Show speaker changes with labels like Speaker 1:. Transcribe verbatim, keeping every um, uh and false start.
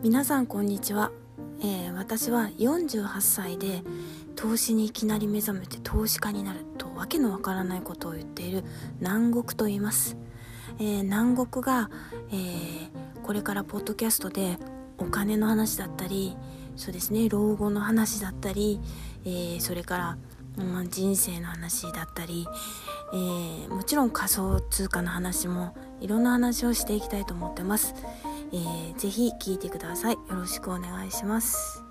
Speaker 1: 皆さんこんにちは、えー、私はよんじゅうはっさいで投資にいきなり目覚めて投資家になるとわけのわからないことを言っている南国と言います。えー、南国が、えー、これからポッドキャストでお金の話だったり、そうですね、老後の話だったり、えー、それから、まあ、人生の話だったり、えー、もちろん仮想通貨の話もいろんな話をしていきたいと思ってます。えー、ぜひ聞いてください。よろしくお願いします。